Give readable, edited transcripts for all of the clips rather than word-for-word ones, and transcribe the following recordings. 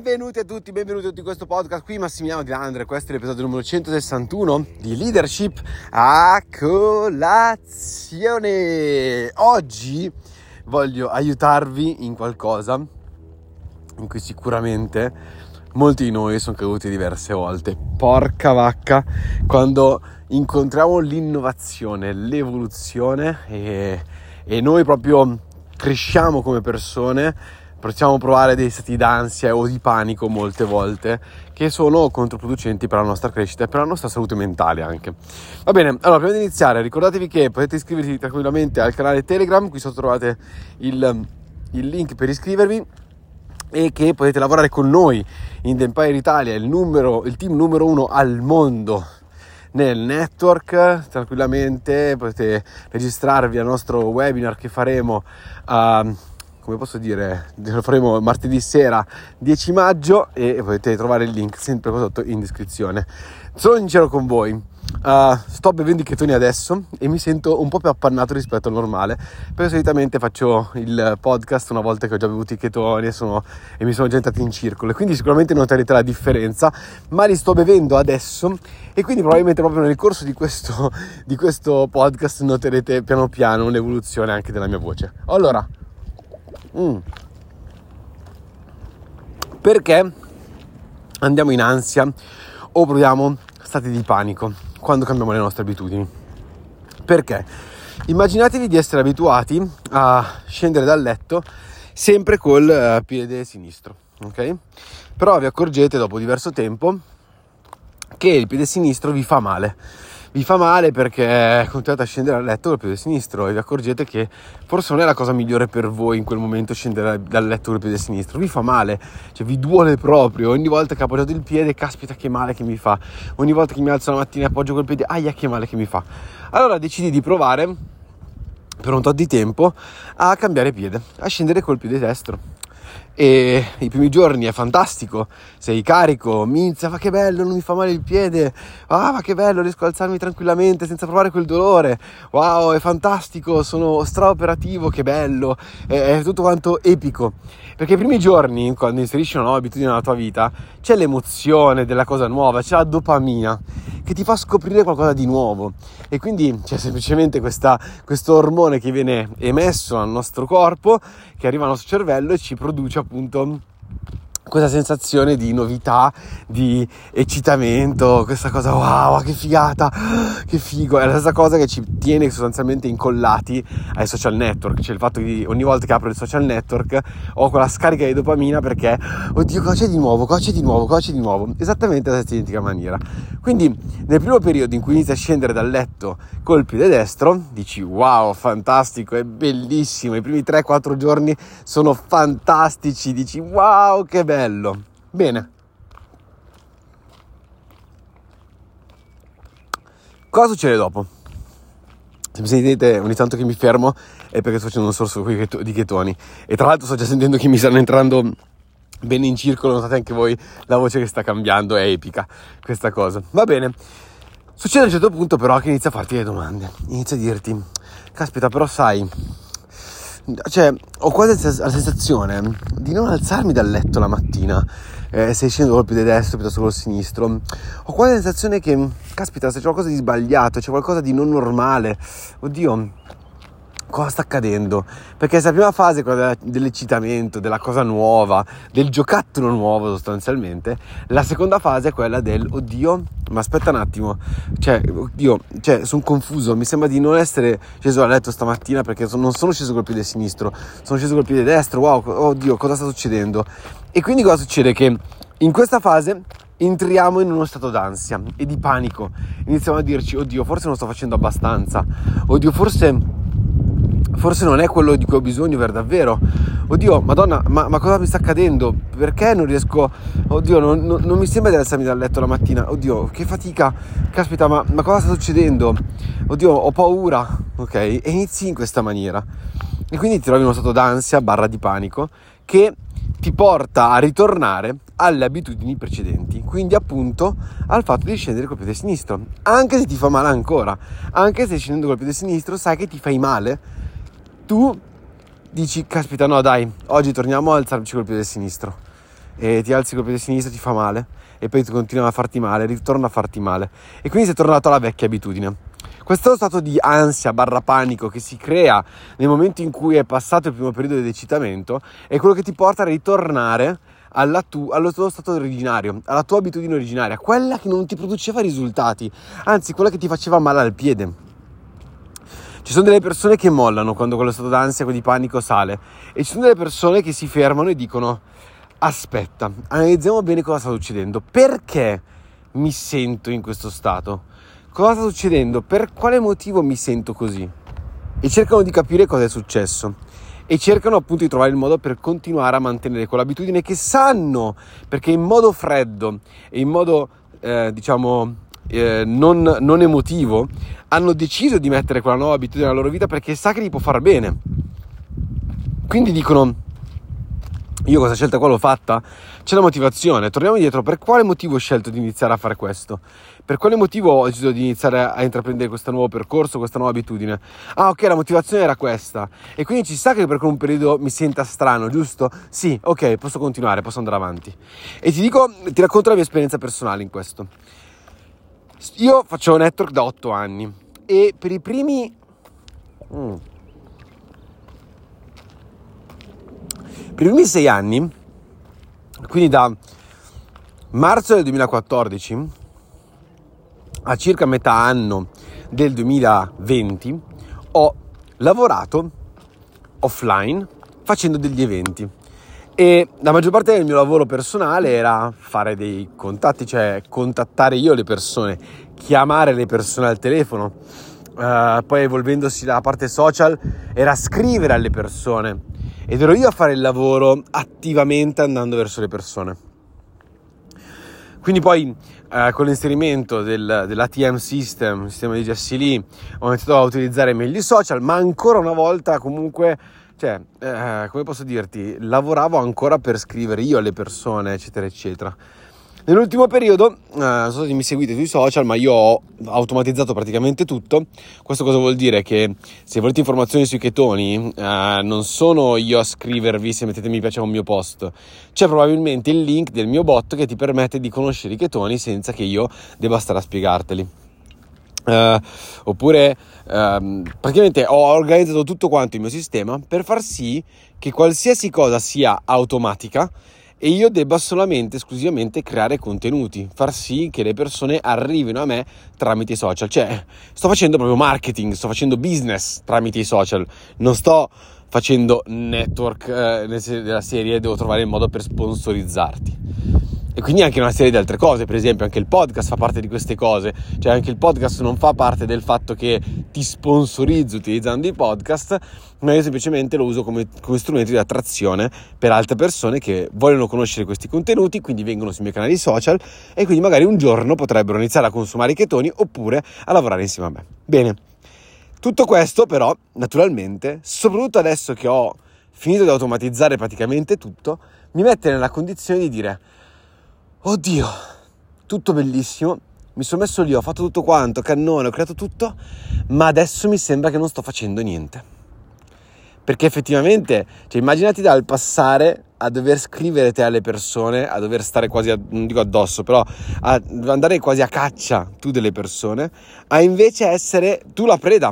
Benvenuti a tutti in questo podcast. Qui Massimiliano Di Andrea, questo è l'episodio numero 161 di Leadership a colazione. Oggi voglio aiutarvi in qualcosa in cui sicuramente molti di noi sono caduti diverse volte. Porca vacca, quando incontriamo l'innovazione, l'evoluzione e noi proprio cresciamo come persone, possiamo provare dei stati d'ansia o di panico molte volte che sono controproducenti per la nostra crescita e per la nostra salute mentale anche. Va bene, allora prima di iniziare ricordatevi che potete iscrivervi tranquillamente al canale Telegram, qui sotto trovate il link per iscrivervi, e che potete lavorare con noi in The Empire Italia, il team numero 1 al mondo nel network. Tranquillamente potete registrarvi al nostro webinar che faremo lo faremo martedì sera 10 maggio e potete trovare il link sempre qua sotto in descrizione. Sono sincero con voi, sto bevendo i chetoni adesso e mi sento un po' più appannato rispetto al normale, perché solitamente faccio il podcast una volta che ho già bevuto i chetoni e mi sono già entrati in circolo, e quindi sicuramente noterete la differenza, ma li sto bevendo adesso e quindi probabilmente proprio nel corso di questo podcast noterete piano piano un'evoluzione anche della mia voce. Allora, perché andiamo in ansia o proviamo stati di panico quando cambiamo le nostre abitudini? Perché immaginatevi di essere abituati a scendere dal letto sempre col piede sinistro, ok? Però vi accorgete dopo diverso tempo che il piede sinistro vi fa male perché continuate a scendere dal letto col piede sinistro e vi accorgete che forse non è la cosa migliore per voi in quel momento scendere dal letto col piede sinistro. Vi fa male, cioè vi duole proprio. Ogni volta che appoggiate il piede, caspita che male che mi fa. Ogni volta che mi alzo la mattina e appoggio col piede, aia che male che mi fa. Allora decidi di provare per un tot di tempo a cambiare piede, a scendere col piede destro. E i primi giorni è fantastico, sei carico, minzia, ma che bello, non mi fa male il piede, ma che bello, riesco a alzarmi tranquillamente senza provare quel dolore, wow, è fantastico, sono straoperativo, che bello, è tutto quanto epico. Perché i primi giorni, quando inserisci una nuova abitudine nella tua vita, c'è l'emozione della cosa nuova, c'è la dopamina che ti fa scoprire qualcosa di nuovo, e quindi c'è semplicemente questo ormone che viene emesso al nostro corpo, che arriva al nostro cervello e ci produce appunto questa sensazione di novità, di eccitamento, questa cosa wow, che figata, che figo. È la stessa cosa che ci tiene sostanzialmente incollati ai social network, cioè il fatto che ogni volta che apro il social network ho quella scarica di dopamina perché oddio, cosa c'è di nuovo, esattamente alla stessa identica maniera. Quindi nel primo periodo in cui inizi a scendere dal letto col piede destro dici wow, fantastico, è bellissimo, i primi 3-4 giorni sono fantastici, dici wow, che bello. Bene, cosa succede dopo? Se mi sentite ogni tanto che mi fermo è perché sto facendo un sorso di chetoni, e tra l'altro sto già sentendo che mi stanno entrando bene in circolo. Notate anche voi la voce che sta cambiando, è epica questa cosa. Va bene, succede a un certo punto però che inizia a farti le domande, inizia a dirti caspita, però sai, cioè ho quasi la sensazione di non alzarmi dal letto la mattina se scendo col piede destro piuttosto col sinistro. Ho quasi la sensazione che caspita, se c'è qualcosa di sbagliato, c'è qualcosa di non normale, oddio, cosa sta accadendo? Perché se la prima fase è quella dell'eccitamento, della cosa nuova, del giocattolo nuovo sostanzialmente, la seconda fase è quella del oddio, ma aspetta un attimo, sono confuso, mi sembra di non essere sceso dal letto stamattina perché non sono sceso col piede sinistro, sono sceso col piede destro, wow, oddio, cosa sta succedendo? E quindi cosa succede? Che in questa fase entriamo in uno stato d'ansia e di panico, iniziamo a dirci oddio, forse non sto facendo abbastanza, oddio, forse non è quello di cui ho bisogno per davvero, oddio, madonna, ma cosa mi sta accadendo? Perché non riesco, oddio, non mi sembra di alzarmi dal letto la mattina, oddio, che fatica, caspita, ma cosa sta succedendo? Oddio, ho paura, ok? E inizi in questa maniera e quindi ti trovi in uno stato d'ansia / di panico che ti porta a ritornare alle abitudini precedenti, quindi appunto al fatto di scendere col piede sinistro, anche se ti fa male ancora, anche se scendendo col piede sinistro sai che ti fai male, tu dici caspita, no dai, oggi torniamo a alzarci col piede sinistro, e ti alzi col piede sinistro, ti fa male e poi continua a farti male, ritorna a farti male e quindi sei tornato alla vecchia abitudine. Questo stato di ansia / panico che si crea nel momento in cui è passato il primo periodo di eccitamento è quello che ti porta a ritornare allo tuo stato originario, alla tua abitudine originaria, quella che non ti produceva risultati, anzi quella che ti faceva male al piede. Ci sono delle persone che mollano quando quello stato d'ansia, di panico sale, e ci sono delle persone che si fermano e dicono: aspetta, analizziamo bene cosa sta succedendo, perché mi sento in questo stato, cosa sta succedendo, per quale motivo mi sento così, e cercano di capire cosa è successo e cercano appunto di trovare il modo per continuare a mantenere quell'abitudine che sanno, perché in modo freddo e in modo non emotivo hanno deciso di mettere quella nuova abitudine nella loro vita perché sa che gli può far bene. Quindi dicono: io questa scelta qua l'ho fatta, c'è la motivazione. Torniamo indietro: per quale motivo ho scelto di iniziare a fare questo? Per quale motivo ho deciso di iniziare a intraprendere questo nuovo percorso, questa nuova abitudine? Ah, ok, la motivazione era questa. E quindi ci sta che per un periodo mi senta strano, giusto? Sì, ok, posso continuare, posso andare avanti. E ti racconto la mia esperienza personale in questo. Io faccio network da 8 anni e per i primi 6 anni, quindi da marzo del 2014 a circa metà anno del 2020, ho lavorato offline facendo degli eventi e la maggior parte del mio lavoro personale era fare dei contatti, cioè contattare io le persone, chiamare le persone al telefono, poi evolvendosi la parte social era scrivere alle persone ed ero io a fare il lavoro attivamente andando verso le persone. Quindi poi con l'inserimento dell'ATM system, il sistema di GSL, ho iniziato a utilizzare meglio i social, ma ancora una volta comunque, come posso dirti, lavoravo ancora per scrivere io alle persone, eccetera, eccetera. Nell'ultimo periodo, non so se mi seguite sui social, ma io ho automatizzato praticamente tutto. Questo cosa vuol dire? Che se volete informazioni sui chetoni, non sono io a scrivervi se mettete mi piace a un mio post. C'è probabilmente il link del mio bot che ti permette di conoscere i chetoni senza che io debba stare a spiegarteli. Praticamente ho organizzato tutto quanto il mio sistema per far sì che qualsiasi cosa sia automatica e io debba solamente, esclusivamente creare contenuti, far sì che le persone arrivino a me tramite i social. Cioè, sto facendo proprio marketing, sto facendo business tramite i social, non sto facendo network della serie devo trovare il modo per sponsorizzarti. E quindi anche una serie di altre cose, per esempio anche il podcast fa parte di queste cose, cioè anche il podcast non fa parte del fatto che ti sponsorizzo utilizzando i podcast, ma io semplicemente lo uso come strumento di attrazione per altre persone che vogliono conoscere questi contenuti, quindi vengono sui miei canali social e quindi magari un giorno potrebbero iniziare a consumare i chetoni oppure a lavorare insieme a me. Bene, tutto questo però naturalmente, soprattutto adesso che ho finito di automatizzare praticamente tutto, mi mette nella condizione di dire: oddio, tutto bellissimo, mi sono messo lì, ho fatto tutto quanto, cannone, ho creato tutto, ma adesso mi sembra che non sto facendo niente. Perché effettivamente, immaginati dal passare a dover scrivere te alle persone, a dover stare quasi, non dico addosso, però a andare quasi a caccia tu delle persone, a invece essere tu la preda.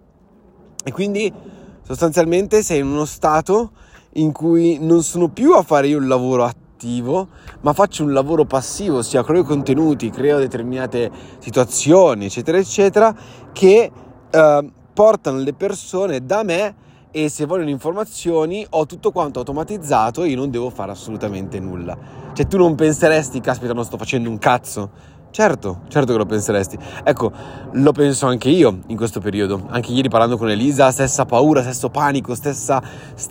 E quindi sostanzialmente sei in uno stato in cui non sono più a fare io il lavoro attivo, ma faccio un lavoro passivo, ossia creo contenuti, creo determinate situazioni, eccetera, eccetera, che portano le persone da me e se vogliono informazioni ho tutto quanto automatizzato e io non devo fare assolutamente nulla. Cioè tu non penseresti, caspita, non sto facendo un cazzo? Certo che lo penseresti. Ecco, lo penso anche io in questo periodo. Anche ieri parlando con Elisa, stessa paura, stesso panico, stessa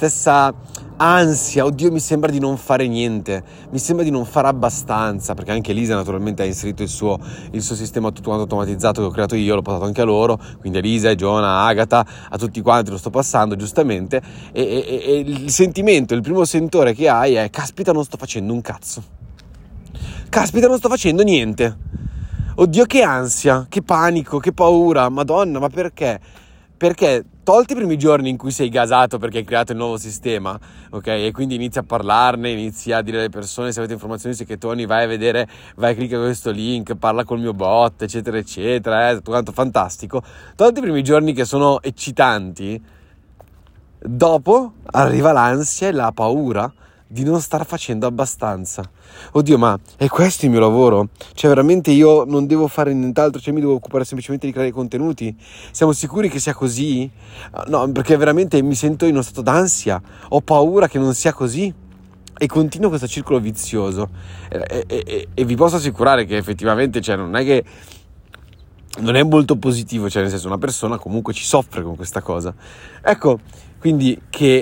ansia. Oddio, mi sembra di non fare niente, mi sembra di non fare abbastanza, perché anche Elisa naturalmente ha inserito il suo sistema tutto quanto automatizzato che ho creato io, l'ho portato anche a loro, quindi Elisa, Giona, Agata, a tutti quanti lo sto passando giustamente e il sentimento, il primo sentore che hai è: caspita, non sto facendo un cazzo. Caspita, non sto facendo niente. Oddio, che ansia, che panico, che paura. Madonna, ma perché? Perché tolti i primi giorni in cui sei gasato perché hai creato il nuovo sistema, ok? E quindi inizi a parlarne, inizi a dire alle persone: se avete informazioni sui chetoni vai a vedere, vai a cliccare questo link, parla col mio bot, eccetera eccetera, tutto quanto fantastico. Tolti i primi giorni che sono eccitanti, dopo arriva l'ansia e la paura di non star facendo abbastanza. Oddio, ma è questo il mio lavoro? Cioè veramente io non devo fare nient'altro, cioè mi devo occupare semplicemente di creare contenuti? Siamo sicuri che sia così? No, perché veramente mi sento in uno stato d'ansia, ho paura che non sia così e continuo questo circolo vizioso e vi posso assicurare che effettivamente, cioè, non è che non è molto positivo, cioè nel senso, una persona comunque ci soffre con questa cosa. Ecco, quindi che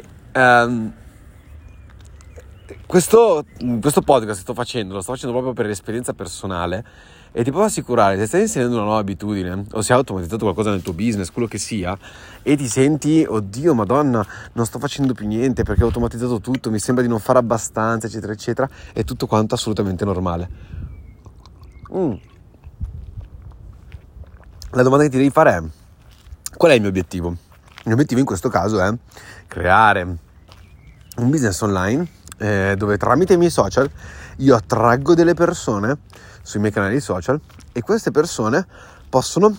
questo podcast che sto facendo, lo sto facendo proprio per l'esperienza personale e ti posso assicurare, se stai insegnando una nuova abitudine o se hai automatizzato qualcosa nel tuo business, quello che sia, e ti senti: oddio, madonna, non sto facendo più niente perché ho automatizzato tutto, mi sembra di non fare abbastanza, eccetera eccetera, è tutto quanto assolutamente normale. La domanda che ti devi fare è: qual è il mio obiettivo? Il mio obiettivo in questo caso è creare un business online dove tramite i miei social io attraggo delle persone sui miei canali social e queste persone possono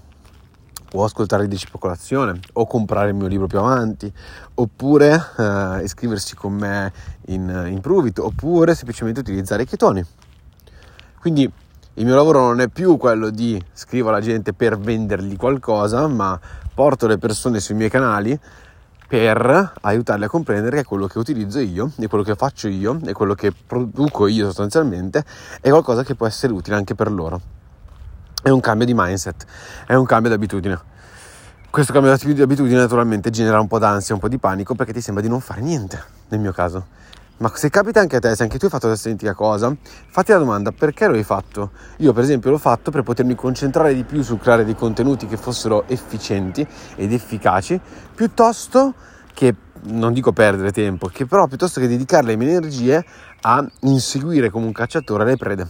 o ascoltare il 10 colazione o comprare il mio libro più avanti, oppure iscriversi con me in Pruvit, oppure semplicemente utilizzare i chetoni. Quindi il mio lavoro non è più quello di scrivo alla gente per vendergli qualcosa, ma porto le persone sui miei canali per aiutarli a comprendere che quello che utilizzo io e quello che faccio io e quello che produco io sostanzialmente è qualcosa che può essere utile anche per loro. È un cambio di mindset, è un cambio di abitudine. Questo cambio di abitudine naturalmente genera un po' d'ansia, un po' di panico, perché ti sembra di non fare niente, nel mio caso. Ma se capita anche a te, se anche tu hai fatto questa identica cosa, fatti la domanda: perché lo hai fatto? Io per esempio l'ho fatto per potermi concentrare di più sul creare dei contenuti che fossero efficienti ed efficaci, piuttosto che, non dico perdere tempo, che però piuttosto che dedicare le mie energie a inseguire come un cacciatore le prede,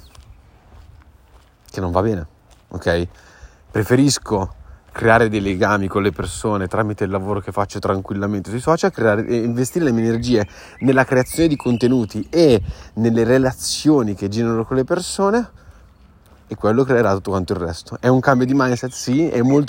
che non va bene, ok? Preferisco creare dei legami con le persone tramite il lavoro che faccio tranquillamente sui social, investire le mie energie nella creazione di contenuti e nelle relazioni che genero con le persone, e quello creerà tutto quanto il resto. È un cambio di mindset, sì,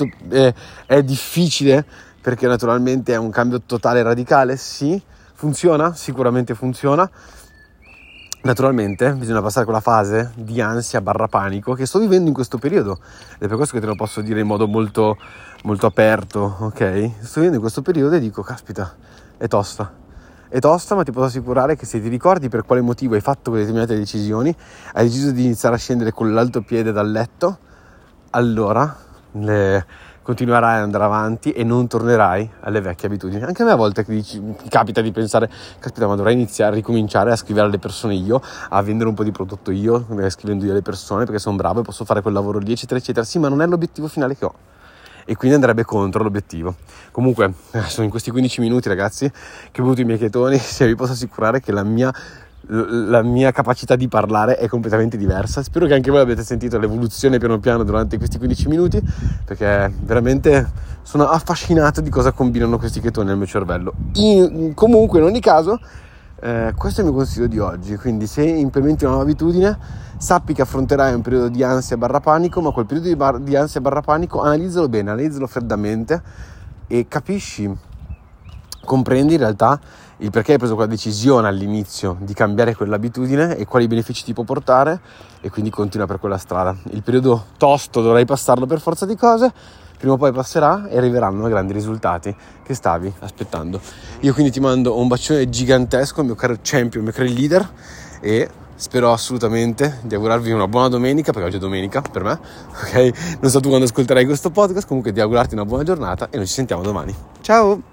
è difficile perché naturalmente è un cambio totale radicale, sì. Funziona? Sicuramente funziona. Naturalmente bisogna passare quella fase di ansia / panico che sto vivendo in questo periodo, ed è per questo che te lo posso dire in modo molto, molto aperto, ok? Sto vivendo in questo periodo e dico: caspita, è tosta, ma ti posso assicurare che se ti ricordi per quale motivo hai fatto quelle determinate decisioni, hai deciso di iniziare a scendere con l'alto piede dal letto, allora continuerai ad andare avanti e non tornerai alle vecchie abitudini. Anche a me a volte capita di pensare: caspita, ma dovrei iniziare a ricominciare a scrivere alle persone io, a vendere un po' di prodotto io, scrivendo io alle persone perché sono bravo e posso fare quel lavoro lì, eccetera eccetera. Sì, ma non è l'obiettivo finale che ho e quindi andrebbe contro l'obiettivo. Comunque sono in questi 15 minuti, ragazzi, che ho bevuto i miei chetoni, se vi posso assicurare che la mia capacità di parlare è completamente diversa. Spero che anche voi abbiate sentito l'evoluzione piano piano durante questi 15 minuti, perché veramente sono affascinato di cosa combinano questi chetoni nel mio cervello. Comunque, in ogni caso, questo è il mio consiglio di oggi. Quindi se implementi una nuova abitudine, sappi che affronterai un periodo di ansia / panico, ma quel periodo di ansia / panico analizzalo bene, analizzalo freddamente e comprendi in realtà il perché hai preso quella decisione all'inizio di cambiare quell'abitudine e quali benefici ti può portare, e quindi continua per quella strada. Il periodo tosto dovrai passarlo per forza di cose, prima o poi passerà e arriveranno i grandi risultati che stavi aspettando. Io quindi ti mando un bacione gigantesco, mio caro champion, mio caro leader, e spero assolutamente di augurarvi una buona domenica, perché oggi è domenica per me, ok? Non so tu quando ascolterai questo podcast, comunque di augurarti una buona giornata e noi ci sentiamo domani. Ciao!